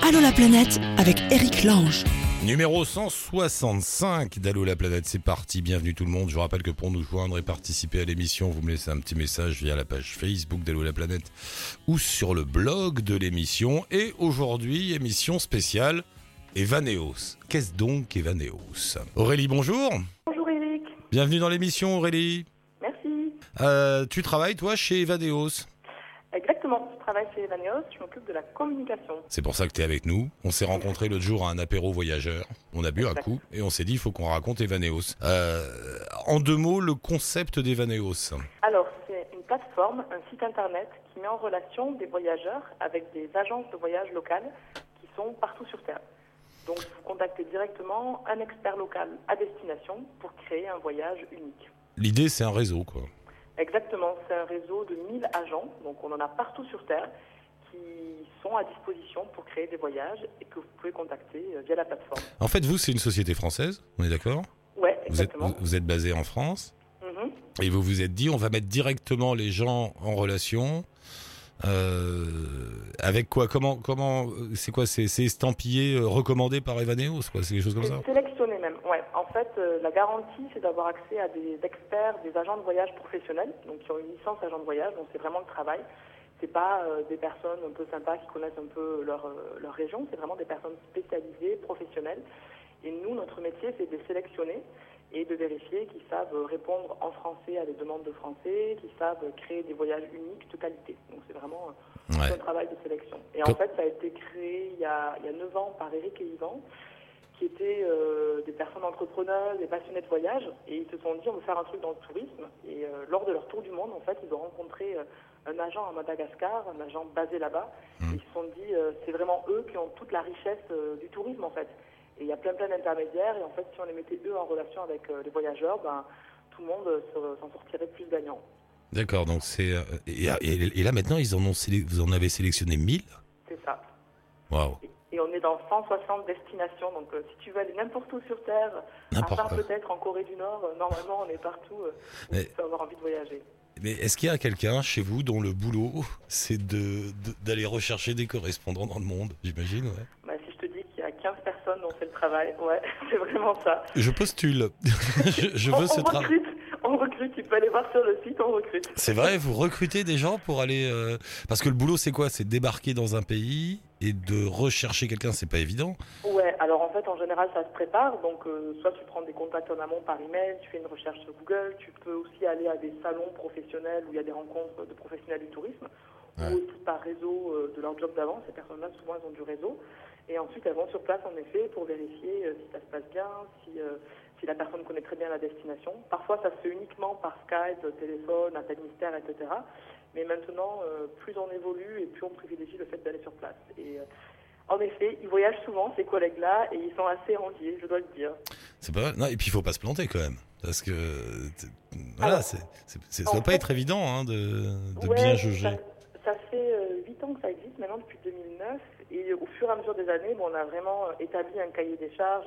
Allô la planète avec Eric Lange. Numéro 165 d'Allô la planète, c'est parti, bienvenue tout le monde. Je vous rappelle que pour nous joindre et participer à l'émission, vous me laissez un petit message via la page Facebook d'Allô la planète ou sur le blog de l'émission. Et aujourd'hui, émission spéciale Evaneos. Qu'est-ce donc Evaneos ? Aurélie, bonjour. Bonjour Eric. Bienvenue dans l'émission Aurélie. Merci. Tu travailles toi chez Evaneos ? Exactement, je travaille chez Evaneos, je m'occupe de la communication. C'est pour ça que tu es avec nous. On s'est rencontrés l'autre jour à un apéro voyageur. On a bu un coup et on s'est dit il faut qu'on raconte Evaneos. En deux mots, le concept d'Evaneos. Alors, c'est une plateforme, un site internet qui met en relation des voyageurs avec des agences de voyage locales qui sont partout sur Terre. Donc, vous contactez directement un expert local à destination pour créer un voyage unique. L'idée, c'est un réseau, quoi. Exactement, c'est un réseau de 1000 agents, donc on en a partout sur Terre, qui sont à disposition pour créer des voyages et que vous pouvez contacter via la plateforme. En fait, vous, c'est une société française, on est d'accord ? Ouais, exactement. Vous êtes basé en France et vous vous êtes dit, on va mettre directement les gens en relation. Avec quoi ? Comment c'est quoi ? C'est estampillé, recommandé par Evaneos, quoi ? C'est quelque chose comme ça ? C'est sélectionné même, ouais. En fait, la garantie, c'est d'avoir accès à des experts, des agents de voyage professionnels, donc qui ont une licence agent de voyage, donc c'est vraiment le travail. C'est pas des personnes un peu sympas qui connaissent un peu leur région, c'est vraiment des personnes spécialisées, professionnelles. Et nous, notre métier, c'est de les sélectionner et de vérifier qu'ils savent répondre en français à des demandes de français, qu'ils savent créer des voyages uniques de qualité. Donc c'est vraiment un travail de sélection. Et en fait, ça a été créé il y a 9 ans par Eric et Yvan, qui étaient des personnes entrepreneurs, des passionnés de voyage, et ils se sont dit on veut faire un truc dans le tourisme. Et lors de leur tour du monde, en fait, ils ont rencontré un agent à Madagascar, un agent basé là-bas, et ils se sont dit c'est vraiment eux qui ont toute la richesse du tourisme en fait. Et il y a plein d'intermédiaires, et en fait, si on les mettait eux en relation avec les voyageurs, tout le monde s'en sortirait plus gagnant. D'accord, donc c'est... Et là, maintenant, vous en avez sélectionné 1000 ? C'est ça. Waouh. Et on est dans 160 destinations, donc si tu veux aller n'importe où sur Terre, à part peut-être en Corée du Nord, normalement, on est partout où tu peux avoir envie de voyager. Mais est-ce qu'il y a quelqu'un chez vous dont le boulot, c'est d'aller rechercher des correspondants dans le monde, j'imagine, ouais. Si je te dis qu'il y a 15 personnes dont c'est le travail, ouais, c'est vraiment ça. Je postule. je veux ce travail. On recrute, tu peux aller voir sur le site, on recrute. C'est vrai, vous recrutez des gens pour aller... Parce que le boulot, c'est quoi ? C'est de débarquer dans un pays et de rechercher quelqu'un, c'est pas évident. Ouais, alors en fait, en général, ça se prépare. Donc, soit tu prends des contacts en amont par email, tu fais une recherche sur Google, tu peux aussi aller à des salons professionnels où il y a des rencontres de professionnels du tourisme, ou aussi par réseau de leur job d'avant. Ces personnes-là, souvent, elles ont du réseau. Et ensuite, elles vont sur place, en effet, pour vérifier si ça se passe bien, si la personne connaît très bien la destination. Parfois, ça se fait uniquement par Skype, téléphone, appel mystère, etc. Mais maintenant, plus on évolue et plus on privilégie le fait d'aller sur place. Et en effet, ils voyagent souvent, ces collègues-là, et ils sont assez enviés, je dois le dire. C'est pas mal. Non, et puis il faut pas se planter quand même. Parce que voilà, ça doit pas être évident de bien juger. Ça fait 8 ans que ça existe maintenant, depuis 2009. Et au fur et à mesure des années, on a vraiment établi un cahier des charges,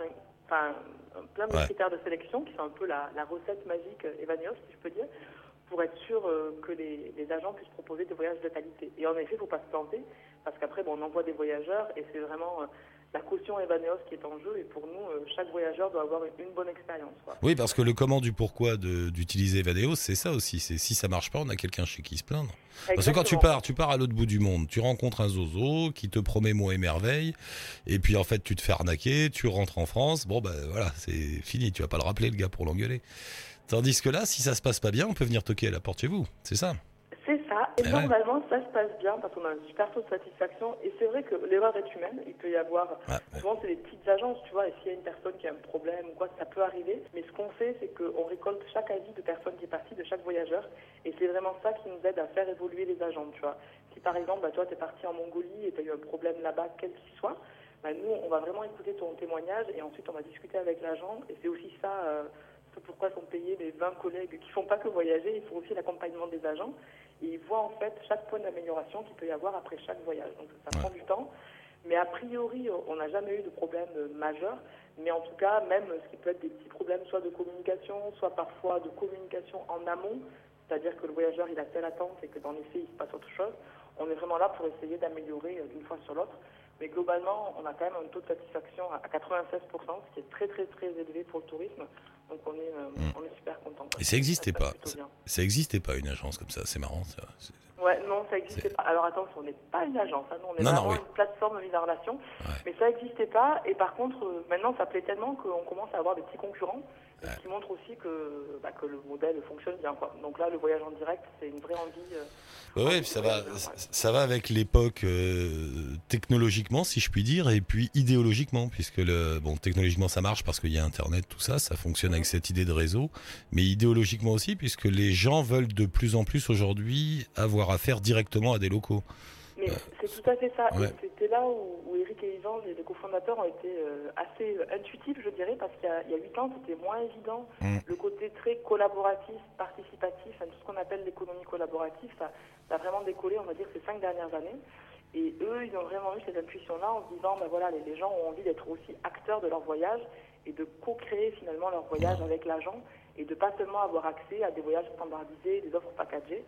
plein de critères de sélection qui sont un peu la recette magique Evaneos, si je peux dire, pour être sûr que les agents puissent proposer des voyages de qualité. Et en effet, il ne faut pas se planter, parce qu'après, on envoie des voyageurs, et c'est vraiment la caution Evaneos qui est en jeu, et pour nous, chaque voyageur doit avoir une bonne expérience. Oui, parce que le comment du pourquoi d'utiliser Evaneos, c'est ça aussi. C'est si ça marche pas, on a quelqu'un chez qui se plaindre. Exactement. Parce que quand tu pars à l'autre bout du monde, tu rencontres un zozo qui te promet monts et merveilles, et puis en fait tu te fais arnaquer, tu rentres en France, voilà, c'est fini, tu vas pas le rappeler le gars pour l'engueuler. Tandis que là, si ça se passe pas bien, on peut venir toquer à la porte chez vous, c'est ça ? C'est ça, et normalement ça se passe bien parce qu'on a un super taux de satisfaction, et c'est vrai que l'erreur est humaine, il peut y avoir, souvent c'est des petites agences, tu vois, et s'il y a une personne qui a un problème ou quoi, ça peut arriver, mais ce qu'on fait, c'est qu'on récolte chaque avis de personne qui est partie, de chaque voyageur, et c'est vraiment ça qui nous aide à faire évoluer les agents, tu vois. Si par exemple, toi t'es parti en Mongolie et t'as eu un problème là-bas, quel qu'il soit, nous on va vraiment écouter ton témoignage, et ensuite on va discuter avec l'agent, et c'est aussi ça... c'est pourquoi sont payés les 20 collègues qui font pas que voyager, ils font aussi l'accompagnement des agents, et ils voient en fait chaque point d'amélioration qu'il peut y avoir après chaque voyage. Donc ça prend du temps, mais a priori on n'a jamais eu de problème majeur, mais en tout cas même ce qui peut être des petits problèmes soit de communication, soit parfois de communication en amont, c'est-à-dire que le voyageur il a telle attente et que dans les faits il se passe autre chose, on est vraiment là pour essayer d'améliorer d'une fois sur l'autre Mais globalement, on a quand même un taux de satisfaction à 96%, ce qui est très très très élevé pour le tourisme. Donc on est super content. Et ça n'existait pas. Ça n'existait pas une agence comme ça. C'est marrant ça. Ouais, non, ça n'existait pas. Alors attention, on n'est pas une agence. Hein. Nous, on est vraiment une plateforme mise en relation. Ouais. Mais ça n'existait pas. Et par contre, maintenant, ça plaît tellement qu'on commence à avoir des petits concurrents. Ce qui montre aussi que le modèle fonctionne bien, quoi. Donc là, le voyage en direct, c'est une vraie envie. Oui, ça va avec l'époque technologiquement, si je puis dire, et puis idéologiquement, puisque technologiquement ça marche parce qu'il y a Internet, tout ça, ça fonctionne avec cette idée de réseau, mais idéologiquement aussi, puisque les gens veulent de plus en plus aujourd'hui avoir affaire directement à des locaux. Mais c'est tout à fait ça. Ouais. Et c'était là où Eric et Yvan, les cofondateurs, ont été assez intuitifs, je dirais, parce qu'il y a 8 ans, c'était moins évident. Le côté très collaboratif, participatif, tout ce qu'on appelle l'économie collaborative, ça a vraiment décollé, on va dire, ces 5 dernières années. Et eux, ils ont vraiment eu cette intuition-là en se disant, voilà, les gens ont envie d'être aussi acteurs de leur voyage et de co-créer finalement leur voyage avec l'agent et de pas seulement avoir accès à des voyages standardisés, des offres packagées.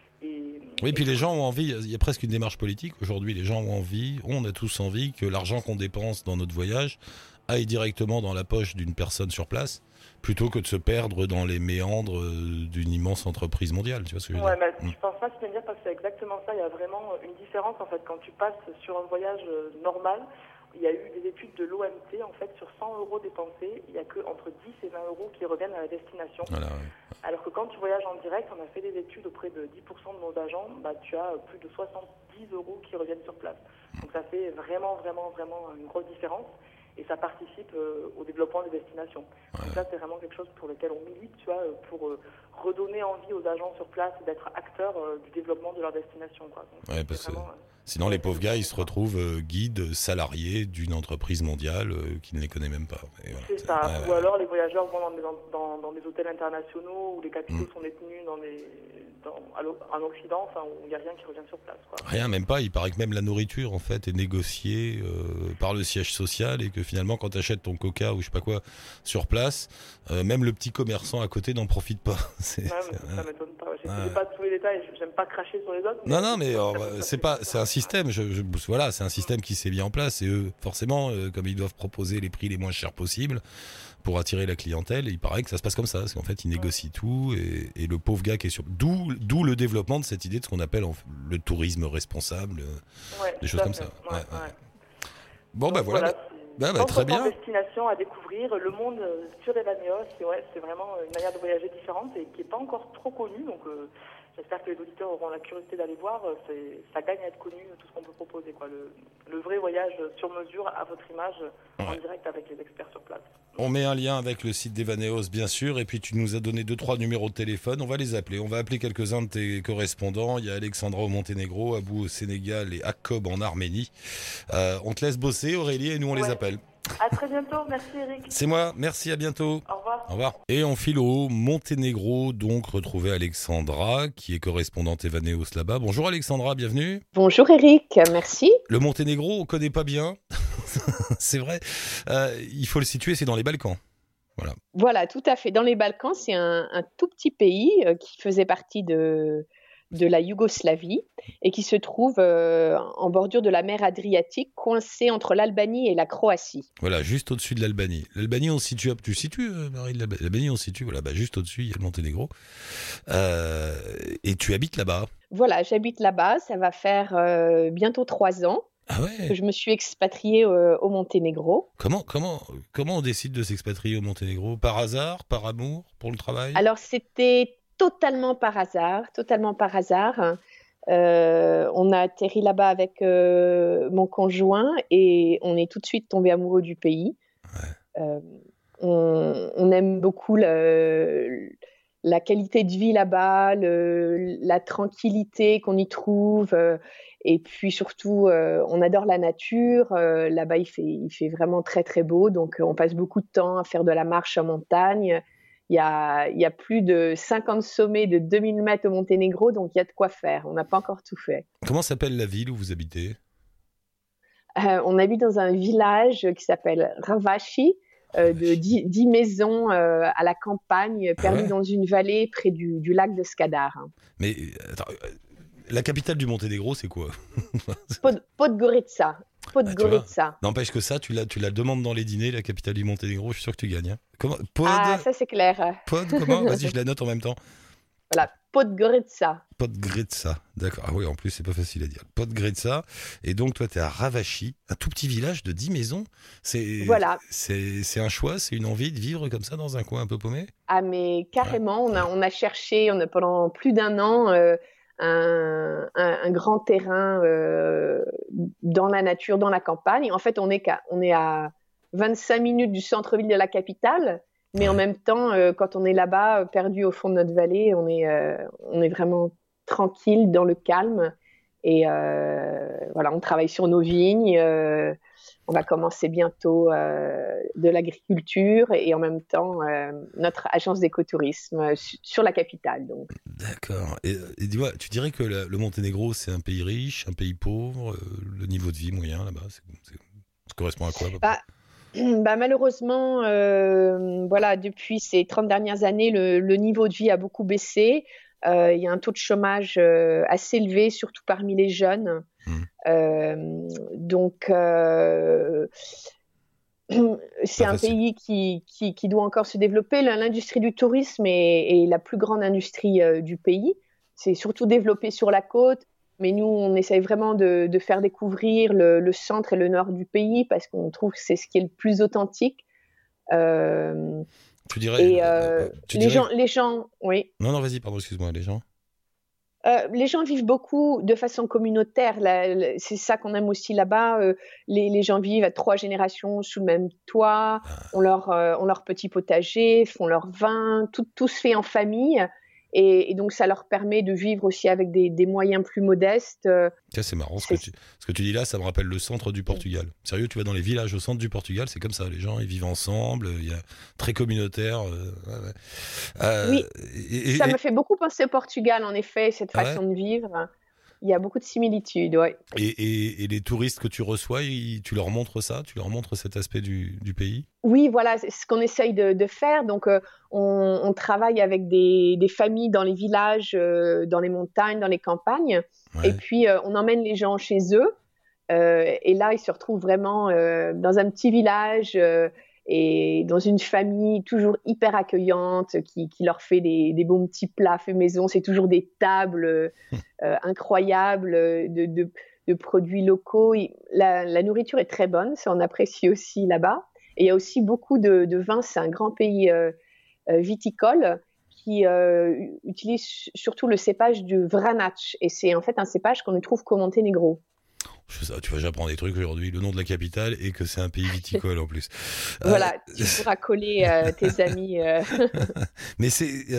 Oui, puis les gens ont envie, il y a presque une démarche politique. Aujourd'hui, les gens ont envie, on a tous envie que l'argent qu'on dépense dans notre voyage aille directement dans la poche d'une personne sur place, plutôt que de se perdre dans les méandres d'une immense entreprise mondiale. Tu vois ce que je veux dire ? Mais je pense pas que c'est dire parce que c'est exactement ça. Il y a vraiment une différence en fait quand tu passes sur un voyage normal. Il y a eu des études de l'OMT, en fait, sur 100 € dépensés, il n'y a que entre 10 et 20 € qui reviennent à la destination. Voilà, ouais. Alors que quand tu voyages en direct, on a fait des études auprès de 10% de nos agents, tu as plus de 70 € qui reviennent sur place. Donc ça fait vraiment, vraiment, vraiment une grosse différence et ça participe au développement des destinations. Ouais. Donc ça, c'est vraiment quelque chose pour lequel on milite, tu vois, pour redonner envie aux agents sur place d'être acteurs du développement de leur destination, quoi. Donc, ouais, parce vraiment, sinon, les pauvres gars, ils se retrouvent guides, salariés d'une entreprise mondiale qui ne les connaît même pas. Et voilà. C'est ça. Ou alors, les voyageurs vont dans des hôtels internationaux où les capitaux sont détenus en Occident, où il n'y a rien qui revient sur place, quoi. Rien, même pas. Il paraît que même la nourriture, en fait, est négociée par le siège social et que finalement, quand tu achètes ton coca ou je sais pas quoi sur place, même le petit commerçant à côté n'en profite pas. Ça m'étonne pas. Je ne sais pas tous les détails. J'aime pas cracher sur les autres. Non, mais c'est un système. Voilà, c'est un système qui s'est mis en place et eux, forcément, comme ils doivent proposer les prix les moins chers possibles pour attirer la clientèle, il paraît que ça se passe comme ça, parce qu'en fait, ils négocient tout et le pauvre gars qui est sur... D'où le développement de cette idée de ce qu'on appelle le tourisme responsable, des choses comme ça. Ouais. Bon, donc, voilà. Très bien. Destination à découvrir le monde sur Evaneos, c'est vraiment une manière de voyager différente et qui n'est pas encore trop connue, donc j'espère que les auditeurs auront la curiosité d'aller voir. Ça gagne à être connu, tout ce qu'on peut proposer, quoi. Le vrai voyage sur mesure à votre image, en direct avec les experts sur place. On met un lien avec le site d'Evaneos, bien sûr, et puis tu nous as donné 2-3 numéros de téléphone. On va les appeler. On va appeler quelques-uns de tes correspondants. Il y a Alexandra au Monténégro, Abou au Sénégal et Jacob en Arménie. On te laisse bosser, Aurélie, et nous on les appelle. À très bientôt, merci Eric. C'est moi, merci, à bientôt. Au revoir. Au revoir. Et on file au Monténégro, donc retrouver Alexandra, qui est correspondante Evaneos là-bas. Bonjour Alexandra, bienvenue. Bonjour Eric, merci. Le Monténégro, on ne connaît pas bien, c'est vrai. Il faut le situer, c'est dans les Balkans. Voilà, tout à fait. Dans les Balkans, c'est un tout petit pays qui faisait partie de la Yougoslavie et qui se trouve en bordure de la mer Adriatique, coincé entre l'Albanie et la Croatie. Voilà, juste au-dessus de l'Albanie. L'Albanie, on se situe, tu situes, Marie, l'Albanie, on se situe, voilà, juste au-dessus, il y a le Monténégro. Et tu habites là-bas ? Voilà, j'habite là-bas, ça va faire bientôt 3 ans. Ah ouais. Que je me suis expatriée au Monténégro. Comment on décide de s'expatrier au Monténégro ? Par hasard, par amour, pour le travail ? Alors, c'était totalement par hasard. On a atterri là-bas avec mon conjoint et on est tout de suite tombé amoureux du pays. Ouais. On aime beaucoup la qualité de vie là-bas, la tranquillité qu'on y trouve. Et puis surtout, on adore la nature. Là-bas, il fait vraiment très, très beau. Donc, on passe beaucoup de temps à faire de la marche en montagne. Il y a plus de 50 sommets de 2000 mètres au Monténégro, donc il y a de quoi faire. On n'a pas encore tout fait. Comment s'appelle la ville où vous habitez ? On habite dans un village qui s'appelle Ravashi, de 10 maisons à la campagne, perdues dans une vallée près du lac de Skadar. Mais attends, la capitale du Monténégro, c'est quoi ? Podgorica. Podgorica. N'empêche que ça, tu la demandes dans les dîners, la capitale du Monténégro, je suis sûr que tu gagnes. Hein. Comment Ça c'est clair. Comment Vas-y, je la note en même temps. Voilà, Podgorica. Podgorica, d'accord. Ah oui, en plus, c'est pas facile à dire. Podgorica. Et donc, toi, tu es à Ravachi, un tout petit village de 10 maisons. Voilà. C'est un choix, c'est une envie de vivre comme ça dans un coin un peu paumé ? Ah, mais carrément, on a cherché pendant plus d'un an un grand terrain dans la nature, dans la campagne. En fait, on est à 25 minutes du centre-ville de la capitale. Mais en même temps, quand on est là-bas, perdu au fond de notre vallée, on est vraiment tranquille, dans le calme. Et voilà, on travaille sur nos vignes. On va commencer bientôt de l'agriculture et en même temps notre agence d'écotourisme sur la capitale. Donc. D'accord. Et dis-moi, tu dirais que le Monténégro, c'est un pays riche, un pays pauvre, le niveau de vie moyen là-bas, ça correspond à quoi ? Malheureusement, voilà, depuis ces 30 dernières années, le niveau de vie a beaucoup baissé. Il y a un taux de chômage assez élevé, surtout parmi les jeunes. Donc, c'est un pays qui doit encore se développer. L'industrie du tourisme est la plus grande industrie du pays. C'est surtout développé sur la côte. Mais nous, on essaye vraiment de faire découvrir le centre et le nord du pays parce qu'on trouve que c'est ce qui est le plus authentique. Tu dirais. Les gens, oui. Non, vas-y, pardon, excuse-moi, les gens. Les gens vivent beaucoup de façon communautaire. C'est ça qu'on aime aussi là-bas. Les gens vivent à 3 générations sous le même toit, ont leur petit potager, font leur vin. Tout se fait en famille. Et donc, ça leur permet de vivre aussi avec des moyens plus modestes. Tiens, c'est marrant. Ce que tu dis là, ça me rappelle le centre du Portugal. Sérieux, tu vas dans les villages au centre du Portugal, c'est comme ça. Les gens, ils vivent ensemble. Il y a très communautaire. Oui, ça me fait beaucoup penser au Portugal, en effet, cette façon de vivre. Il y a beaucoup de similitudes, ouais. Et les touristes que tu reçois, tu leur montres ça ? Tu leur montres cet aspect du pays ? Oui, voilà, c'est ce qu'on essaye de faire. Donc, on travaille avec des familles dans les villages, dans les montagnes, dans les campagnes. Ouais. Et puis, on emmène les gens chez eux. Et là, ils se retrouvent vraiment dans un petit village et dans une famille toujours hyper accueillante qui leur fait des bons petits plats faits maison. C'est toujours des tables incroyables de produits locaux. La nourriture est très bonne, ça on apprécie aussi là-bas. Et il y a aussi beaucoup de vins. C'est un grand pays viticole qui utilise surtout le cépage du Vranac. Et c'est en fait un cépage qu'on ne trouve qu'au Monténégro. Tu vas, j'apprends des trucs aujourd'hui, le nom de la capitale et que c'est un pays viticole en plus. Voilà, tu pourras coller tes amis. Mais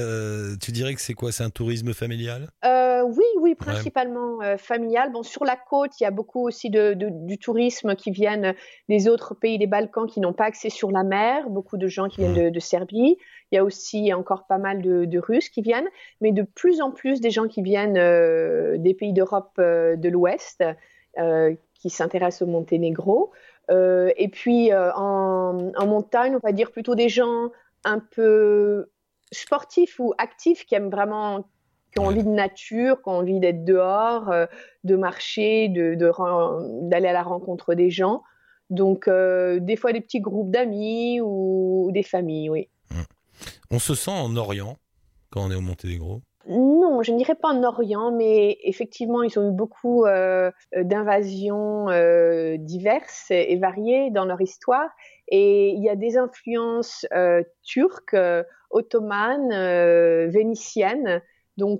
tu dirais que c'est quoi ? C'est un tourisme familial ? Oui, principalement familial. Bon, sur la côte, il y a beaucoup aussi du tourisme qui viennent des autres pays des Balkans qui n'ont pas accès sur la mer. Beaucoup de gens qui viennent de Serbie. Il y a aussi encore pas mal de Russes qui viennent, mais de plus en plus des gens qui viennent des pays d'Europe de l'Ouest. Qui s'intéressent au Monténégro. Et puis, en montagne, on va dire plutôt des gens un peu sportifs ou actifs qui aiment vraiment, qui ont envie de nature, qui ont envie d'être dehors, de marcher, d'aller à la rencontre des gens. Donc, des fois, des petits groupes d'amis ou des familles, oui. On se sent en Orient quand on est au Monténégro ? Non, je ne dirais pas en Orient, mais effectivement, ils ont eu beaucoup d'invasions diverses et variées dans leur histoire. Et il y a des influences turques, ottomanes, vénitiennes. Donc,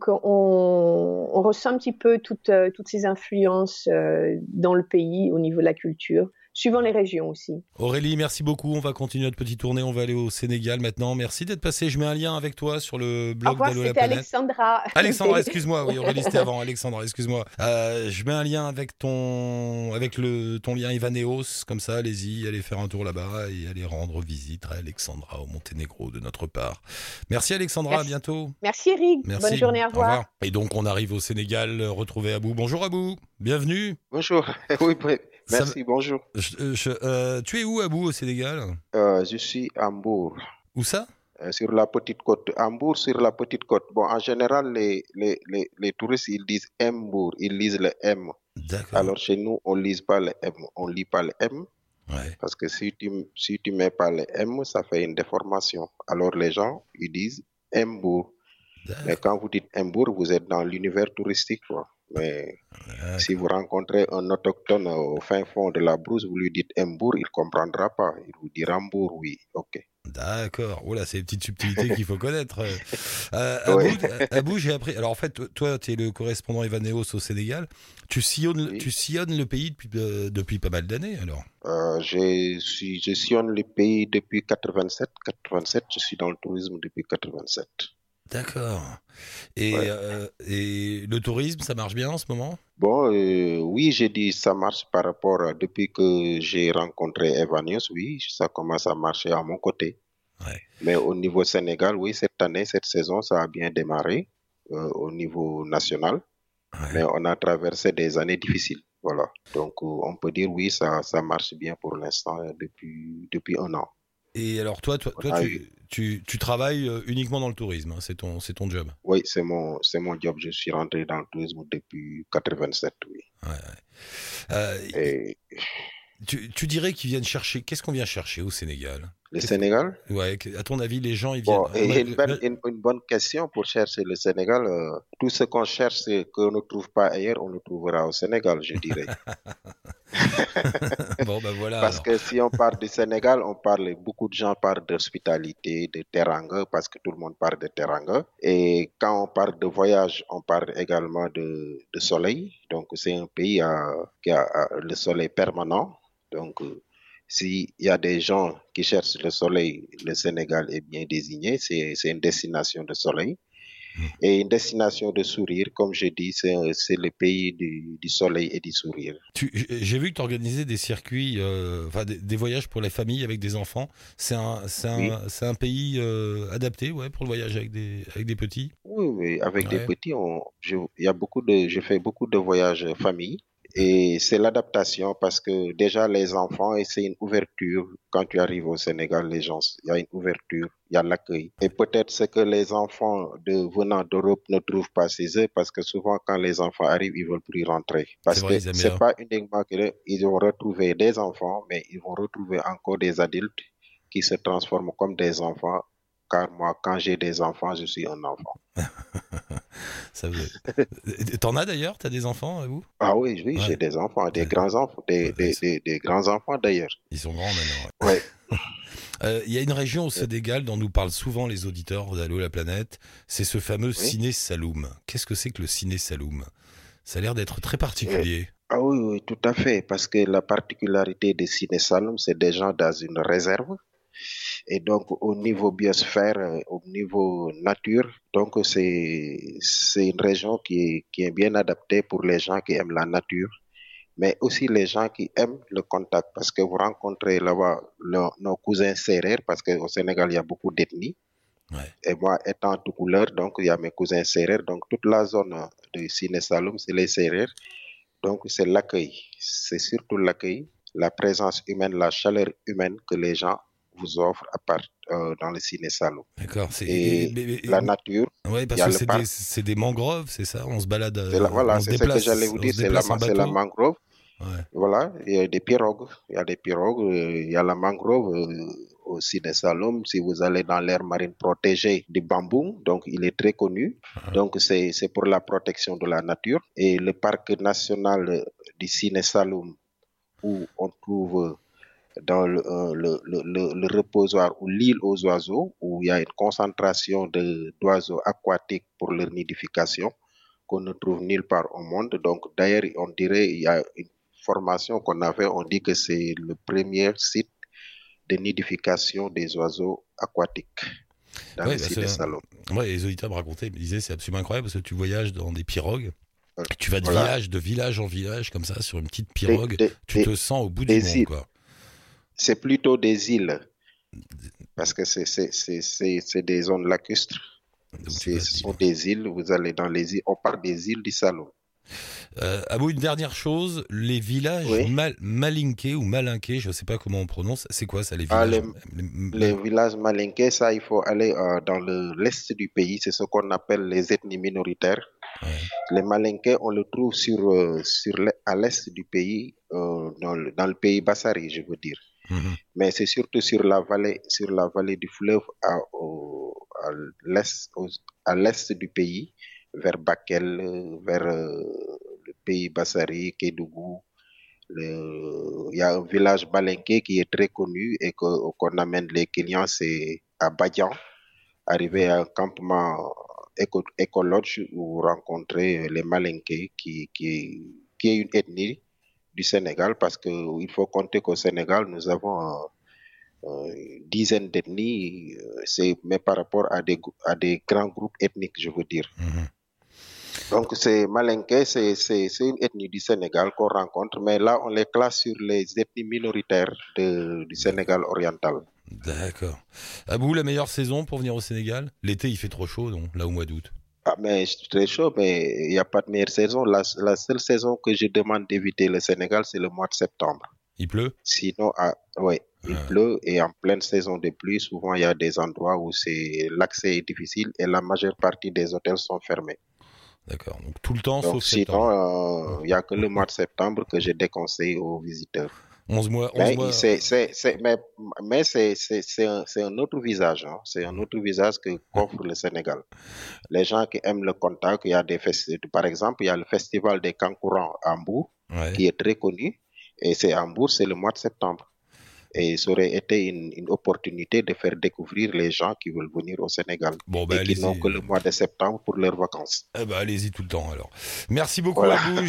on ressent un petit peu toutes ces influences dans le pays au niveau de la culture. Suivant les régions aussi. Aurélie, merci beaucoup. On va continuer notre petite tournée. On va aller au Sénégal maintenant. Merci d'être passée. Je mets un lien avec toi sur le blog d'Allo la planète. Alexandra. Alexandra, excuse-moi. Oui, Aurélie, c'était avant. Alexandra, excuse-moi. Je mets un lien avec ton lien Evaneos. Comme ça, allez-y, allez faire un tour là-bas et allez rendre visite à Alexandra au Monténégro de notre part. Merci Alexandra, merci. À bientôt. Merci Eric. Merci. Bonne journée, au revoir. Et donc, on arrive au Sénégal, retrouver Abou. Bonjour Abou, bienvenue. Bonjour. Oui. Merci, bonjour. Tu es où, Abou, au Sénégal ? Je suis à Mbour. Où ça ? Sur la petite côte. À Mbour, sur la petite côte. Bon, en général, les touristes, ils disent Mbour, ils lisent le M. D'accord. Alors chez nous, on lit pas le M, on lit pas le M, Ouais. parce que si tu mets pas le M, ça fait une déformation. Alors les gens, ils disent Mbourg. Mais D'accord. quand vous dites Mbourg, vous êtes dans l'univers touristique, quoi. Mais si vous D'accord. rencontrez un autochtone au fin fond de la brousse, vous lui dites Mbourg, il comprendra pas. Il vous dira Mbourg, oui, ok. D'accord. Oh là, c'est les petites subtilités qu'il faut connaître. Oui, Abou, j'ai appris. Alors en fait, toi, tu es le correspondant Evaneos au Sénégal. Tu oui. sillonnes le pays depuis pas mal d'années, alors. Je sillonne le pays depuis 87. 87, je suis dans le tourisme depuis 87. D'accord. Ouais. Et le tourisme, ça marche bien en ce moment? Bon, oui, j'ai dit ça marche par rapport à depuis que j'ai rencontré Evanius, oui, ça commence à marcher à mon côté. Ouais. Mais au niveau Sénégal, oui, cette année, cette saison, ça a bien démarré au niveau national. Mais Ouais. on a traversé des années difficiles. Voilà. Donc, on peut dire oui, ça marche bien pour l'instant depuis un an. Et alors On toi, a eu, tu travailles uniquement dans le tourisme, hein, c'est ton job. oui, c'est mon job. Je suis rentré dans le tourisme depuis 87, oui. Ouais, ouais. Euh, Et tu dirais qu'ils viennent chercher. Qu'est-ce qu'on vient chercher au Sénégal? le Sénégal, Ouais, à ton avis, les gens, ils viennent. bon, et une bonne question pour chercher le Sénégal. Tout ce qu'on cherche, c'est qu'on ne trouve pas ailleurs, on le trouvera au Sénégal, je dirais. Bon, ben voilà Parce alors. que si on parle du Sénégal, beaucoup de gens parlent d'hospitalité, de teranga, parce que tout le monde parle de teranga. Et quand on parle de voyage, on parle également de soleil. Donc, c'est un pays qui a le soleil permanent. Donc, s'il y a des gens qui cherchent le soleil, le Sénégal est bien désigné. C'est une destination de soleil. Et une destination de sourire, comme je dis, c'est le pays du soleil et du sourire. J'ai vu que tu organisais des circuits, enfin des voyages pour les familles avec des enfants. Oui. C'est un pays adapté, ouais, pour le voyage avec des petits. Oui, oui, avec des Ouais. petits, je fais beaucoup de voyages famille et c'est l'adaptation parce que déjà les enfants, et c'est une ouverture. Quand tu arrives au Sénégal, il y a une ouverture, il y a l'accueil. Et peut-être ce que les enfants venant d'Europe ne trouvent pas chez eux parce que souvent quand les enfants arrivent, ils veulent plus rentrer. C'est Parce vrai, que ils aiment c'est bien. pas uniquement qu'ils vont retrouver des enfants, mais ils vont retrouver encore des adultes qui se transforment comme des enfants. Car moi, quand j'ai des enfants, je suis un enfant. Ça veut- T'en as d'ailleurs? T'as des enfants, vous? Ah oui, oui, j'ai Ouais. des enfants, des Ouais. grands-enfants, Ouais, des grands-enfants d'ailleurs. ils sont grands maintenant. Ouais. Ouais. Il y a une région au Euh, Sénégal dont nous parlent souvent les auditeurs d'Allo la planète. C'est ce fameux Oui. Ciné Saloum. Qu'est-ce que c'est que le Ciné Saloum? Ça a l'air d'être très Euh, particulier. ah oui, oui, tout à fait, parce que la particularité de Ciné Saloum, c'est des gens dans une réserve. Et donc, au niveau biosphère, au niveau nature, donc c'est une région qui est bien adaptée pour les gens qui aiment la nature, mais aussi les gens qui aiment le contact, parce que vous rencontrez là-bas nos cousins sérères, parce qu'au Sénégal, il y a beaucoup d'ethnies. Ouais. Et moi, étant tout couleur, donc il y a mes cousins sérères. Donc toute la zone de Sine Saloum, c'est les sérères. Donc c'est l'accueil. C'est surtout l'accueil, la présence humaine, la chaleur humaine que les gens vous offrent dans le Sine Saloum. D'accord. Et la nature, Ouais, il parce y a que le parc. c'est des mangroves, c'est ça? On se balade, Voilà, c'est ce que j'allais vous on dire, se déplace en c'est la bateau? mangrove. Ouais. Voilà, il y a des pirogues, il y a la mangrove aussi des Saloum. Si vous allez dans l'aire marine protégée du bambou, donc il est très connu. Ah, Donc c'est pour la protection de la nature. Et le parc national du Sine Saloum, où on trouve dans le reposoir ou l'île aux oiseaux, où il y a une concentration d'oiseaux aquatiques pour leur nidification qu'on ne trouve nulle part au monde. Donc d'ailleurs, on dirait il y a une formation qu'on avait, on dit que c'est le premier site de nidification des oiseaux aquatiques dans ouais, le site de Salom. ouais, les auditeurs me racontaient, ils me disaient c'est absolument incroyable parce que tu voyages dans des pirogues, et tu vas Voilà, de village en village comme ça sur une petite des, pirogue, des, tu des, te sens au bout du des monde, îles. quoi. C'est plutôt des îles parce que c'est des zones lacustres. Donc tu vas Ce sont vivre. des îles, vous allez dans les îles, on parle des îles du Salom. Abou, une dernière chose, les villages Oui. malinqués ou malinqués, je sais pas comment on prononce, c'est quoi ça, les Ah, villages les villages malinqués, ça, il faut aller dans l'est du pays, c'est ce qu'on appelle les ethnies minoritaires. Les Malinké, on le trouve à l'est du pays, dans le pays Bassari, je veux dire. Mais c'est surtout sur la vallée du fleuve à l'est du pays, vers Bakel, vers le pays Bassari, Kédougou. Il y a un village balinké qui est très connu et qu'on amène les clients, c'est à Badian, arrivé à un campement écologe où vous rencontrez les Malinké qui est une ethnie du Sénégal, parce qu'il faut compter qu'au Sénégal, nous avons une dizaine d'ethnies, mais par rapport à des grands groupes ethniques, je veux dire. Donc, c'est Malinké, c'est une ethnie du Sénégal qu'on rencontre, mais là, on les classe sur les ethnies minoritaires du Sénégal oriental. D'accord. Abou, la meilleure saison pour venir au Sénégal? L'été, il fait trop chaud, non? Là, au mois d'août. Ah, mais c'est très chaud, mais il n'y a pas de meilleure saison. La seule saison que je demande d'éviter le Sénégal, c'est le mois de septembre. Il pleut? Sinon, il pleut, et en pleine saison de pluie, souvent, il y a des endroits où l'accès est difficile et la majeure partie des hôtels sont fermés. D'accord, donc tout le temps, Donc, sauf septembre. Sinon, il n'y a que le mois de septembre que je déconseille aux visiteurs. 11 mois. Mais c'est un autre visage, hein. C'est un autre visage qu'offre le Sénégal. Les gens qui aiment le contact, il y a par exemple, il y a le festival des Kankourans à Hambourg, qui est très connu, et c'est à Hambourg, c'est le mois de septembre. Et ça aurait été une opportunité de faire découvrir les gens qui veulent venir au Sénégal et qui n'ont que le mois de septembre pour leurs vacances. Allez-y tout le temps alors. Merci beaucoup Abou.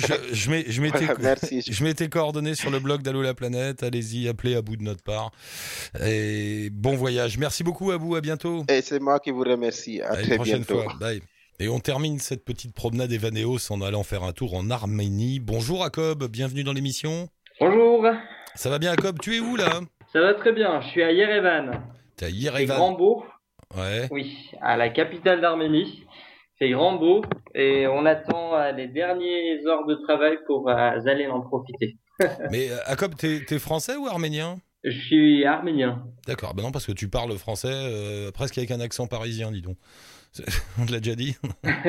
Je mets tes coordonnées sur le blog d'Allo la planète. Allez-y, appelez Abou de notre part. Et bon voyage. Merci beaucoup Abou, à bientôt. Et c'est moi qui vous remercie. À très bientôt. Fois. Bye. Et on termine cette petite promenade Evaneos en allant faire un tour en Arménie. Bonjour Jacob, bienvenue dans l'émission. Bonjour. Ça va bien Jacob, tu es où là? Ça va très bien, je suis à Yerevan. T'es à Yerevan? C'est grand beau. Ouais. Oui, à la capitale d'Arménie. C'est grand beau et on attend les dernières heures de travail pour aller en profiter. Mais Jacob, t'es français ou arménien? Je suis arménien. D'accord, non parce que tu parles français presque avec un accent parisien, dis donc. On te l'a déjà dit?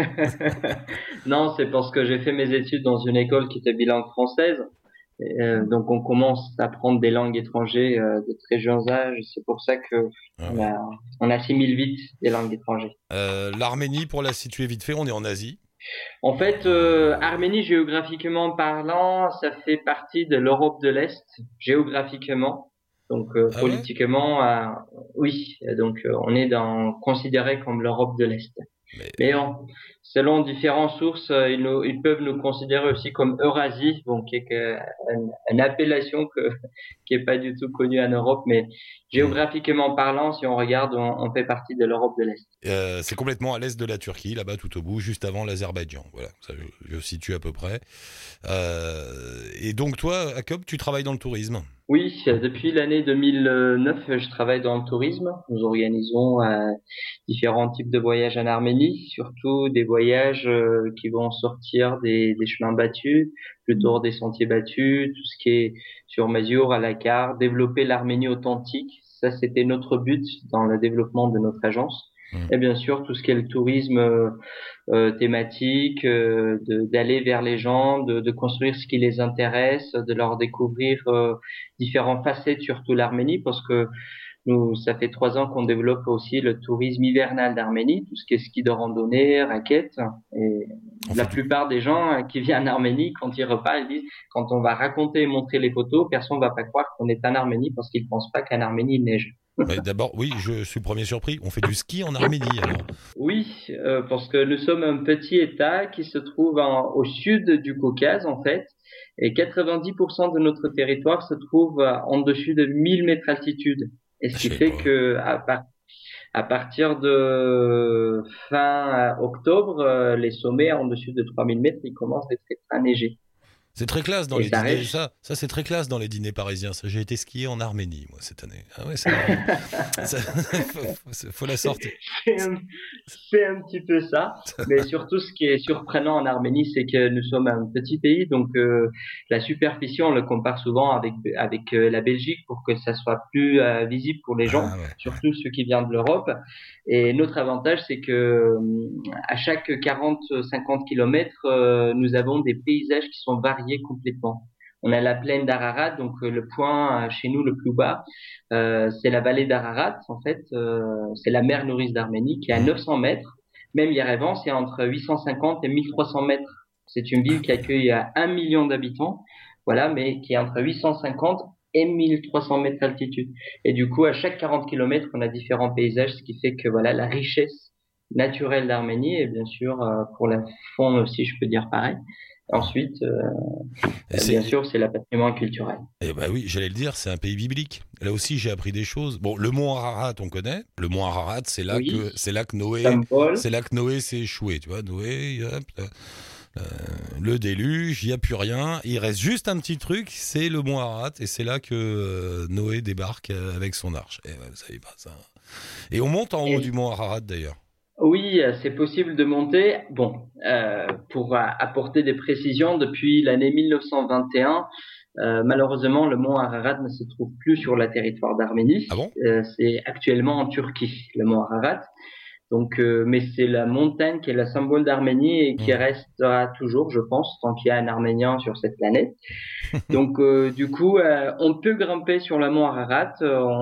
Non, c'est parce que j'ai fait mes études dans une école qui était bilingue française. Donc on commence à apprendre des langues étrangères de très jeunes âges. C'est pour ça que on assimile vite des langues étrangères. L'Arménie, pour la situer vite fait, on est en Asie. En fait, Arménie, géographiquement parlant, ça fait partie de l'Europe de l'Est, géographiquement. Donc politiquement, oui. Donc on est considéré comme l'Europe de l'Est. Mais selon différentes sources, ils peuvent nous considérer aussi comme Eurasie, donc qui est une appellation qui est pas du tout connue en Europe, mais géographiquement parlant, si on regarde, on fait partie de l'Europe de l'Est. C'est complètement à l'est de la Turquie, là-bas tout au bout, juste avant l'Azerbaïdjan. Voilà, ça je situe à peu près. Et donc toi, Jacob, tu travailles dans le tourisme? Oui, depuis l'année 2009, je travaille dans le tourisme. Nous organisons différents types de voyages en Arménie, surtout des voyages qui vont sortir des chemins battus, le tour des sentiers battus, tout ce qui est sur mesure, à la carte, développer l'Arménie authentique. Ça, c'était notre but dans le développement de notre agence. Et bien sûr, tout ce qui est le tourisme thématique, d'aller vers les gens, de construire ce qui les intéresse, de leur découvrir différentes facettes, surtout l'Arménie, parce que nous, ça fait 3 ans qu'on développe aussi le tourisme hivernal d'Arménie, tout ce qui est ski de randonnée, raquettes. Et la plupart des gens qui viennent en Arménie, quand ils repartent, ils disent, quand on va raconter et montrer les photos, personne ne va pas croire qu'on est en Arménie parce qu'ils ne pensent pas qu'en Arménie il neige. Mais d'abord, oui, je suis le premier surpris. On fait du ski en Arménie, alors? Oui, parce que nous sommes un petit État qui se trouve au sud du Caucase, en fait, et 90% de notre territoire se trouve en dessus de 1000 mètres d'altitude. Et ce qui fait que à partir de fin octobre, les sommets en dessus de 3000 mètres, ils commencent d'être à neiger. C'est très classe dans Et les ça dîners. reste. Ça c'est très classe dans les dîners parisiens. Ça, j'ai été skier en Arménie, moi, cette année. Ah ouais, ça, faut la sortir. C'est un, c'est un petit peu ça, mais surtout ce qui est surprenant en Arménie, c'est que nous sommes un petit pays, donc la superficie, on le compare souvent avec la Belgique pour que ça soit plus visible pour les gens, Ah ouais. surtout ceux qui viennent de l'Europe. Et notre avantage, c'est que à chaque 40-50 kilomètres, nous avons des paysages qui sont variés complètement. On a la plaine d'Ararat, donc le point chez nous le plus bas, c'est la vallée d'Ararat, en fait, c'est la mer nourrice d'Arménie qui est à 900 mètres. Même Yerevan, c'est entre 850 et 1300 mètres. C'est une ville qui accueille 1 million d'habitants, voilà, mais qui est entre 850 et 1300 mètres d'altitude. Et du coup, à chaque 40 kilomètres, on a différents paysages, ce qui fait que voilà, la richesse naturelle d'Arménie, et bien sûr, pour la faune aussi, je peux dire pareil. Ensuite, bien sûr, c'est le patrimoine culturel. Et bah oui, j'allais le dire, c'est un pays biblique. Là aussi, j'ai appris des choses. Bon, le mont Ararat, on connaît. Le mont Ararat, c'est là que Noé s'est échoué. Tu vois, Noé, hop, le déluge, il n'y a plus rien. Il reste juste un petit truc, c'est le mont Ararat, et c'est là que Noé débarque avec son arche. Et vous savez pas ça. Et on monte en haut du mont Ararat d'ailleurs. Oui, c'est possible de monter. Bon, pour apporter des précisions, depuis l'année 1921, malheureusement, le mont Ararat ne se trouve plus sur le territoire d'Arménie. Ah bon? C'est actuellement en Turquie, le mont Ararat. Donc, mais c'est la montagne qui est le symbole d'Arménie et qui restera toujours, je pense, tant qu'il y a un Arménien sur cette planète. Donc, du coup, on peut grimper sur le mont Ararat.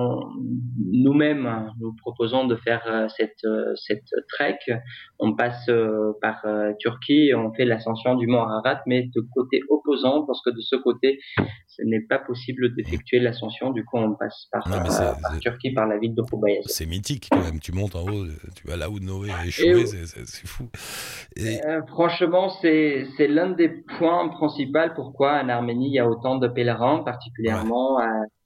Nous-mêmes, nous proposons de faire cette trek. On passe par Turquie et on fait l'ascension du mont Ararat, mais de côté opposant, parce que de ce côté, ce n'est pas possible d'effectuer l'ascension. Du coup, on passe par Turquie, par la ville de Kobayashi. C'est mythique quand même. Tu montes en haut, tu vas là où Noé a échoué, c'est fou. Franchement, c'est l'un des points principaux pourquoi en Arménie il y a autant de pèlerins, particulièrement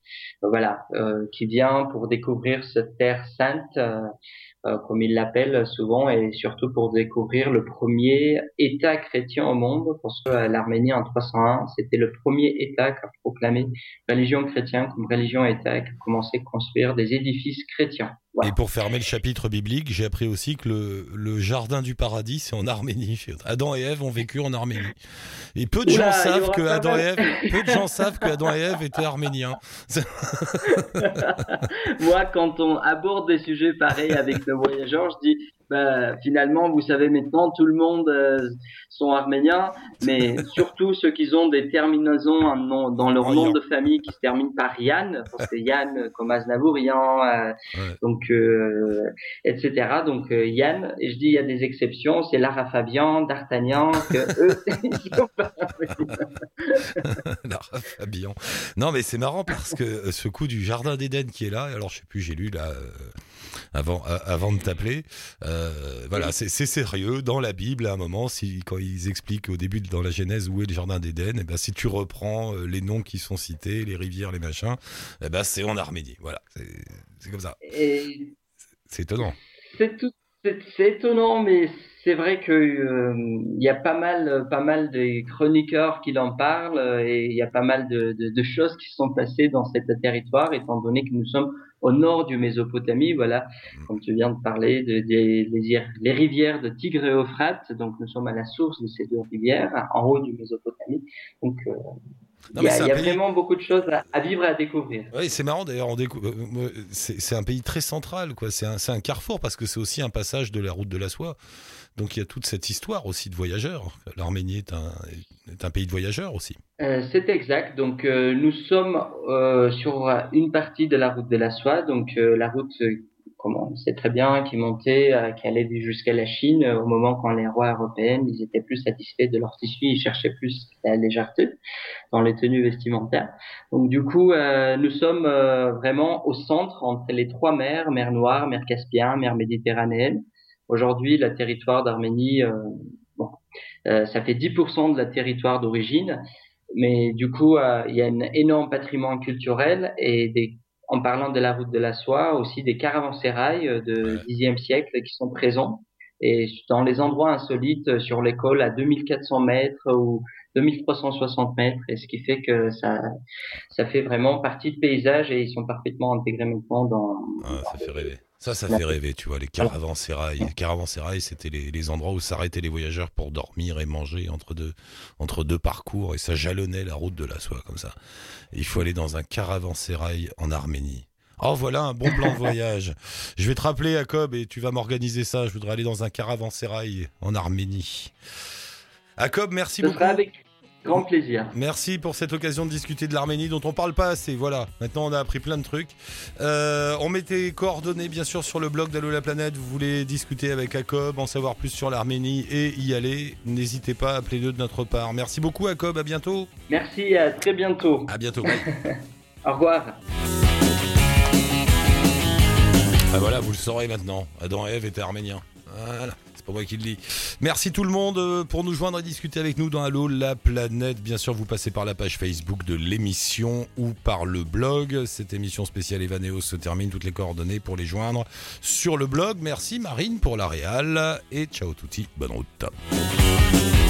qui viennent pour découvrir cette terre sainte, comme ils l'appellent souvent, et surtout pour découvrir le premier État chrétien au monde, parce que l'Arménie en 301, c'était le premier État qui a proclamé religion chrétienne comme religion État, et qui a commencé à construire des édifices chrétiens. Voilà. Et pour fermer le chapitre biblique, j'ai appris aussi que le jardin du paradis, c'est en Arménie. Adam et Ève ont vécu en Arménie. Et peu de gens savent que Adam et Ève étaient arméniens. Moi, quand on aborde des sujets pareils avec le voyageur, je dis, finalement, vous savez maintenant, tout le monde sont arméniens, mais surtout ceux qui ont des terminaisons dans leur nom de famille qui se terminent par Yann, parce que Yann comme Aznavourian, donc etc. Donc Yann, et je dis il y a des exceptions, c'est Lara Fabian, D'Artagnan, que eux ils sont pas Lara Fabian. Non mais c'est marrant parce que ce coup du jardin d'Éden qui est là, alors je sais plus, j'ai lu là avant de t'appeler, voilà, c'est sérieux dans la Bible à un moment, quand ils expliquent au début dans la Genèse où est le jardin d'Éden, et ben si tu reprends les noms qui sont cités, les rivières, les machins, et ben c'est en Arménie, voilà, c'est comme ça. C'est étonnant. C'est étonnant, mais c'est vrai que il y a pas mal de chroniqueurs qui en parlent et il y a pas mal de choses qui se sont passées dans cet territoire, étant donné que nous sommes au nord du Mésopotamie, voilà, comme tu viens de parler, les rivières de Tigre et Euphrate, donc nous sommes à la source de ces deux rivières, en haut du Mésopotamie, donc il y a vraiment beaucoup de choses à vivre et à découvrir. Oui, c'est marrant d'ailleurs, c'est un pays très central, quoi. C'est un carrefour parce que c'est aussi un passage de la route de la soie. Donc il y a toute cette histoire aussi de voyageurs. L'Arménie est un pays de voyageurs aussi. C'est exact. Donc nous sommes sur une partie de la route de la soie. Donc la route, on sait très bien, qui montait, qui allait jusqu'à la Chine. Au moment quand les rois européens, ils étaient plus satisfaits de leur tissu, ils cherchaient plus la légèreté dans les tenues vestimentaires. Donc du coup, nous sommes vraiment au centre entre les trois mers, mer Noire, mer Caspienne, mer Méditerranéenne. Aujourd'hui, le territoire d'Arménie, ça fait 10% de la territoire d'origine, mais du coup, il y a un énorme patrimoine culturel et en parlant de la route de la soie, aussi des caravansérails de 10e siècle qui sont présents. et dans les endroits insolites sur les cols à 2400 mètres ou 2360 mètres, et ce qui fait que ça fait vraiment partie du paysage et ils sont parfaitement intégrés maintenant ça fait rêver. Ça fait rêver, tu vois, les caravansérails. Les caravansérails, c'était les endroits où s'arrêtaient les voyageurs pour dormir et manger entre deux parcours, et ça jalonnait la route de la soie, comme ça. Et il faut aller dans un caravansérail en Arménie. Oh, voilà un bon plan de voyage. Je vais te rappeler, Jacob, et tu vas m'organiser ça. Je voudrais aller dans un caravansérail en Arménie. Jacob, merci beaucoup. Avec grand plaisir. Merci pour cette occasion de discuter de l'Arménie dont on parle pas assez. Voilà, maintenant on a appris plein de trucs. On met tes coordonnées bien sûr sur le blog d'Allo la planète. Vous voulez discuter avec Jacob, en savoir plus sur l'Arménie et y aller, n'hésitez pas, appelez-le de notre part. Merci beaucoup Jacob, à bientôt. Merci, à très bientôt. À bientôt. Au revoir. Ah voilà, vous le saurez maintenant. Adam et Ève étaient arméniens. Voilà, c'est pas moi qui le dis. Merci tout le monde pour nous joindre et discuter avec nous dans Allo la planète. Bien sûr, vous passez par la page Facebook de l'émission ou par le blog. Cette émission spéciale Evanéos se termine. Toutes les coordonnées pour les joindre sur le blog. Merci Marine pour la réal et ciao touti, bonne route.